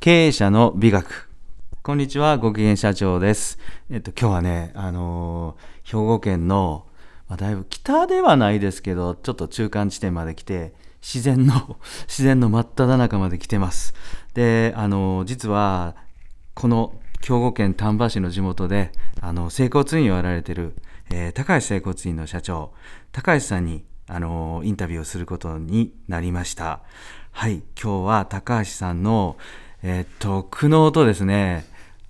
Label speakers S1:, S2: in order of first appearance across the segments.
S1: 経営者の美学。こんにちは、ご機嫌社長です。今日はね、兵庫県の、だいぶ北ではないですけど、ちょっと中間地点まで来て、自然の真っ只中まで来てます。で、実はこの兵庫県丹波市の地元で整骨院をやられている、高橋整骨院の社長高橋さんにインタビューをすることになりました。はい、今日は高橋さんの苦悩とですね、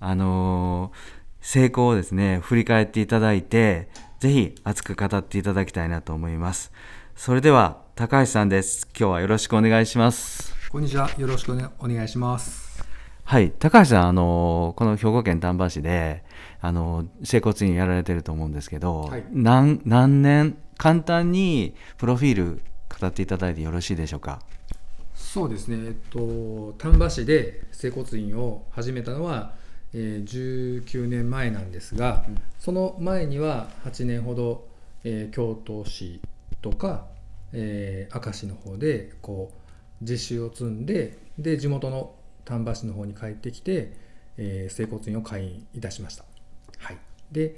S1: 成功をですね振り返っていただいて、ぜひ熱く語っていただきたいなと思います。それでは高橋さんです。今日はよろしくお願いします。
S2: こんにちは、よろしくお願いします。
S1: はい、高橋さん、この兵庫県丹波市で整骨院やられてると思うんですけど、
S2: はい、
S1: 何年、簡単にプロフィール語っていただいてよろしいでしょうか。
S2: そうですね、丹波市で整骨院を始めたのは、19年前なんですが、その前には8年ほど、京都市とか、明石の方で実習を積んで、地元の丹波市の方に帰ってきて、整骨院を開院いたしました。はい、で、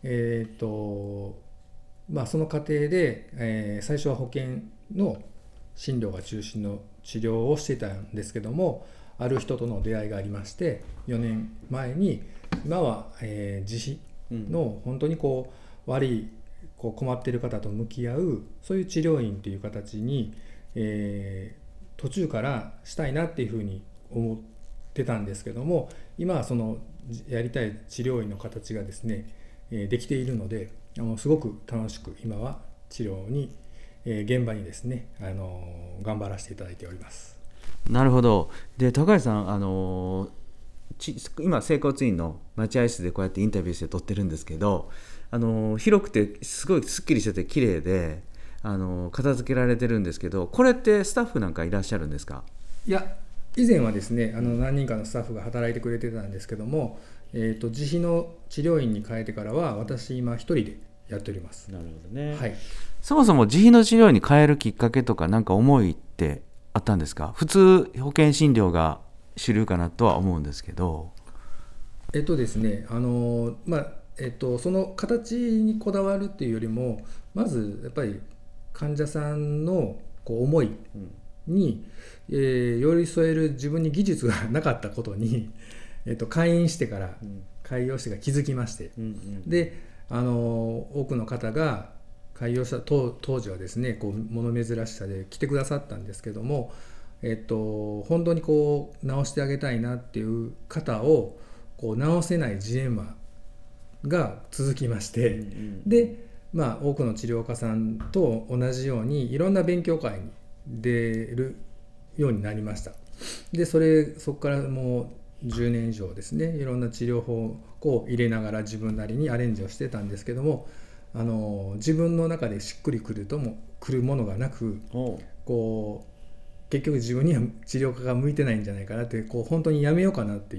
S2: その過程で、最初は保険の診療が中心の治療をしていたんですけども、ある人との出会いがありまして、4年前に今は、自費の本当に悪い困っている方と向き合う、そういう治療院という形に、途中からしたいなっていうふうに思ってたんですけども、今はそのやりたい治療院の形がですね、できているので、すごく楽しく今は治療に、現場にですね、頑張らせていただいております。
S1: なるほど。で、高橋さん、今整骨院の待合室でこうやってインタビューして撮ってるんですけど、広くてすごいすっきりしてて綺麗で片付けられてるんですけど、これってスタッフなんかいらっしゃるんですか？
S2: いや、以前はですね、何人かのスタッフが働いてくれてたんですけども、自費の治療院に変えてからは私今一人でやっております。
S1: なるほどね。
S2: はい、
S1: そもそも自費の治療院に変えるきっかけとか何か思いってあったんですか？普通保険診療が主流かなとは思うんですけど。
S2: ですね、その形にこだわるっていうよりも、まずやっぱり患者さんの思いに、寄り添える自分に技術がなかったことに、開院してから開業してから気づきまして、で多くの方が開業した当時はですね、物珍しさで来てくださったんですけども、本当に治してあげたいなっていう方を治せないジレンマが続きまして、で、多くの治療家さんと同じようにいろんな勉強会に出るようになりました。でそこからもう10年以上ですね、いろんな治療法を入れながら自分なりにアレンジをしてたんですけども、自分の中でしっくりくるものがなく、結局自分には治療科が向いてないんじゃないかなって、本当にやめようかなっていう、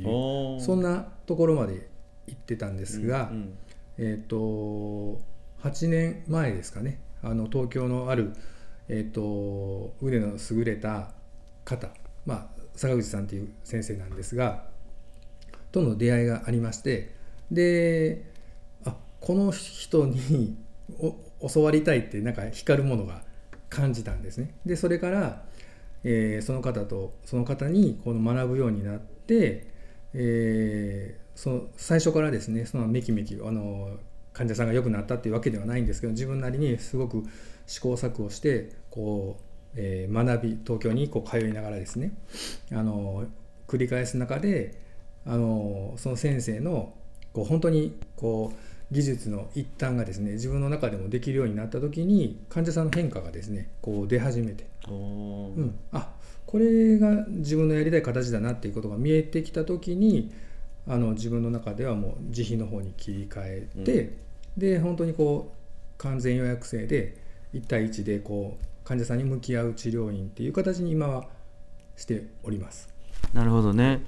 S2: そんなところまで行ってたんですが、8年前ですかね、東京のある、腕の優れた方、坂口さんという先生なんですがとの出会いがありまして、でこの人に教わりたいってなんか光るものが感じたんですね。でそれから、その方に学ぶようになって、最初からですね、そのめきめき患者さんが良くなったっていうわけではないんですけど、自分なりにすごく試行錯誤して東京に通いながらですね、繰り返す中でその先生の本当に技術の一端がですね、自分の中でもできるようになった時に患者さんの変化がですね出始めて、これが自分のやりたい形だなっていうことが見えてきた時に、自分の中ではもう自費の方に切り替えて、で本当に完全予約制で1対1で患者さんに向き合う治療院っていう形に今はしております。
S1: なるほどね。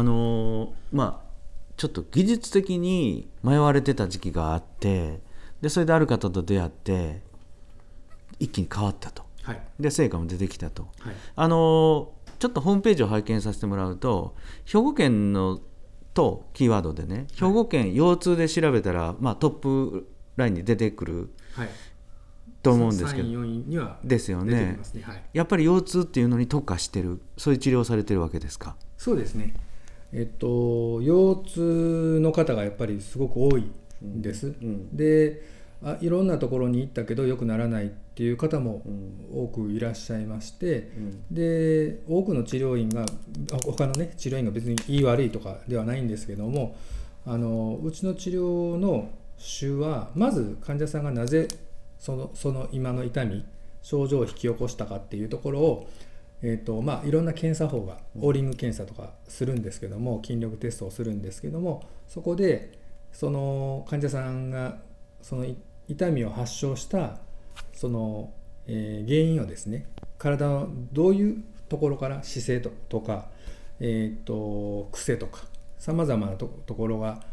S1: ちょっと技術的に迷われてた時期があって、でそれである方と出会って一気に変わったと、で成果も出てきたと、ちょちょっとホームページを拝見させてもらうと、兵庫県のとキーワードでね、兵庫県腰痛で調べたら、トップラインに出てくると思うんですけど、
S2: 3位4位には
S1: ですよね。
S2: 出てきますね。はい、
S1: やっぱり腰痛っていうのに特化してる、そういう治療をされてるわけですか？
S2: そうですね。腰痛の方がやっぱりすごく多いんです。で、いろんなところに行ったけど良くならないっていう方も多くいらっしゃいまして、で多くの治療院が他のね治療院が別にいい悪いとかではないんですけども、うちの治療の主はまず患者さんがなぜその今の痛み症状を引き起こしたかっていうところをいろんな検査法がオーリング検査とかするんですけども、筋力テストをするんですけども、そこでその患者さんがその痛みを発症したその、原因をですね、体のどういうところから姿勢とか、癖とかさまざまなところが、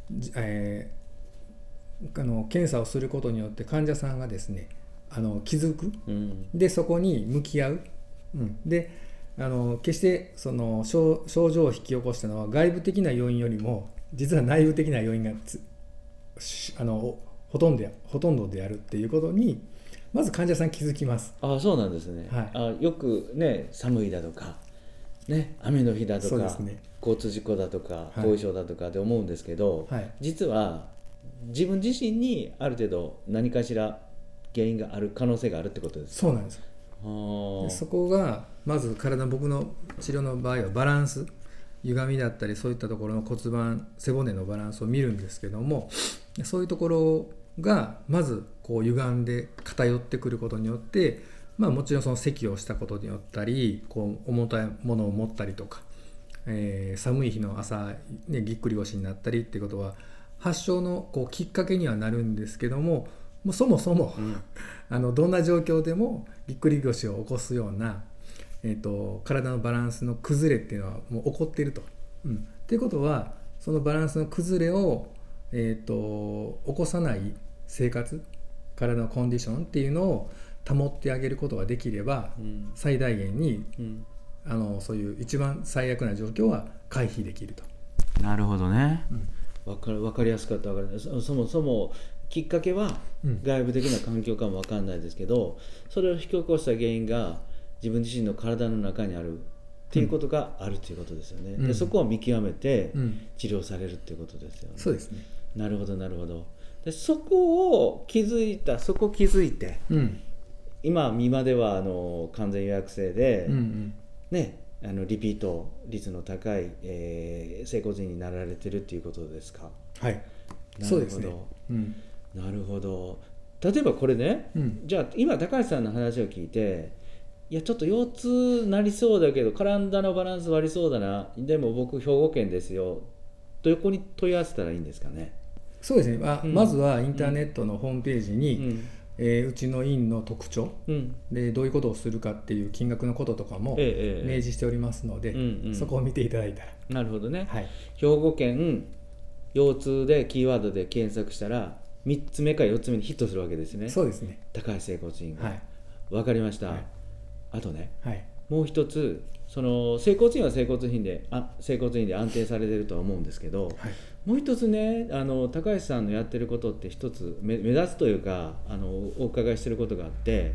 S2: 検査をすることによって患者さんがですね気づく、でそこに向き合う、で決してその症状を引き起こしたのは外部的な要因よりも実は内部的な要因がほとんどであるっていうことにまず患者さん気づきます。
S1: そうなんですね。よくね、寒いだとか、ね、雨の日だとか、交通事故だとか後遺症だとかで思うんですけど、実は自分自身にある程度何かしら原因がある可能性があるってことですか？
S2: そうなんです。そこがまず僕の治療の場合はバランス、歪みだったりそういったところの骨盤背骨のバランスを見るんですけども、そういうところがまずこう歪んで偏ってくることによって、もちろんその咳をしたことによったりこう重たいものを持ったりとか、寒い日の朝、ぎっくり腰になったりっていうことは発症のこうきっかけにはなるんですけども、そもそも、どんな状況でもぎっくり腰を起こすような、体のバランスの崩れっていうのはもう起こっていると。っていうことはそのバランスの崩れを、起こさない生活、体のコンディションっていうのを保ってあげることができれば、最大限に、そういう一番最悪な状況は回避できると。
S1: なるほどね。分かりやすかった。そもそもきっかけは外部的な環境かも分かんないですけど、それを引き起こした原因が自分自身の体の中にあるっていうことがあるということですよね。でそこを見極めて治療されるっていうことですよね。
S2: そうですね。
S1: なるほどなるほど。でそこを気づいて、今では完全予約制で、ね、リピート率の高い、整骨院になられてるっていうことですか？
S2: はい、そうですね。
S1: なるほど。例えばこれね、じゃあ今高橋さんの話を聞いて、いやちょっと腰痛なりそうだけど体のバランス悪そうだな、でも僕兵庫県ですよ、どこに問い合わせたらいいんですかね？
S2: そうですね、まずはインターネットのホームページに、うちの院の特徴、でどういうことをするかっていう金額のこととかも明示しておりますので、そこを見ていただいたら。
S1: なるほどね、兵庫県腰痛でキーワードで検索したら3つ目か4つ目にヒットするわけですね。
S2: そうですね。
S1: 高橋整骨院が、分かりました。あとね、もう一つ、その整骨院は整骨院で安定されてるとは思うんですけど、もう一つね、高橋さんのやってることって一つ目立つというかお伺いしてることがあって、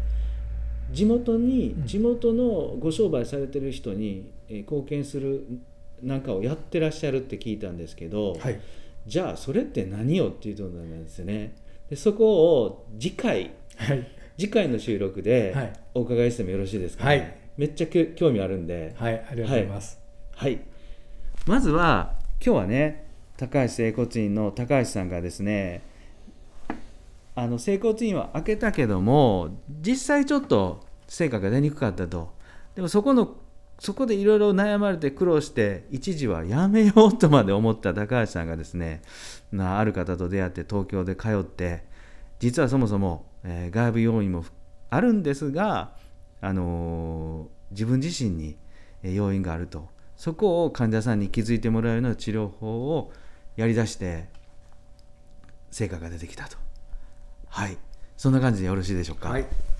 S1: 地元のご商売されてる人に貢献するなんかをやってらっしゃるって聞いたんですけど、じゃあそれって何よっていうところなんですよね。でそこを次回の収録でお伺いしてもよろしいですかね？めっちゃ興味あるんで。
S2: ありがとうございます。
S1: まずは今日はね、高橋整骨院の高橋さんがですね、整骨院は開けたけども実際ちょっと成果が出にくかったと。でもそこでいろいろ悩まれて苦労して一時はやめようとまで思った高橋さんがですね、ある方と出会って東京で通って、実はそもそも、外部要因もあるんですが、自分自身に要因があると。そこを患者さんに気づいてもらうような治療法をやりだして成果が出てきたと。そんな感じでよろしいでしょうか？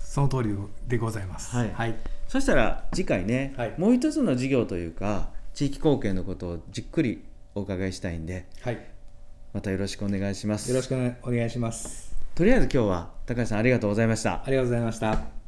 S2: その通りでございます。
S1: はい
S2: はい、
S1: そしたら次回ね、
S2: はい、
S1: もう一つの事業というか地域貢献のことをじっくりお伺いしたいんで、
S2: はい、
S1: またよろしくお願いします。
S2: よろしくお願いします。
S1: とりあえず今日は高橋さんありがとうございました。
S2: ありがとうございました。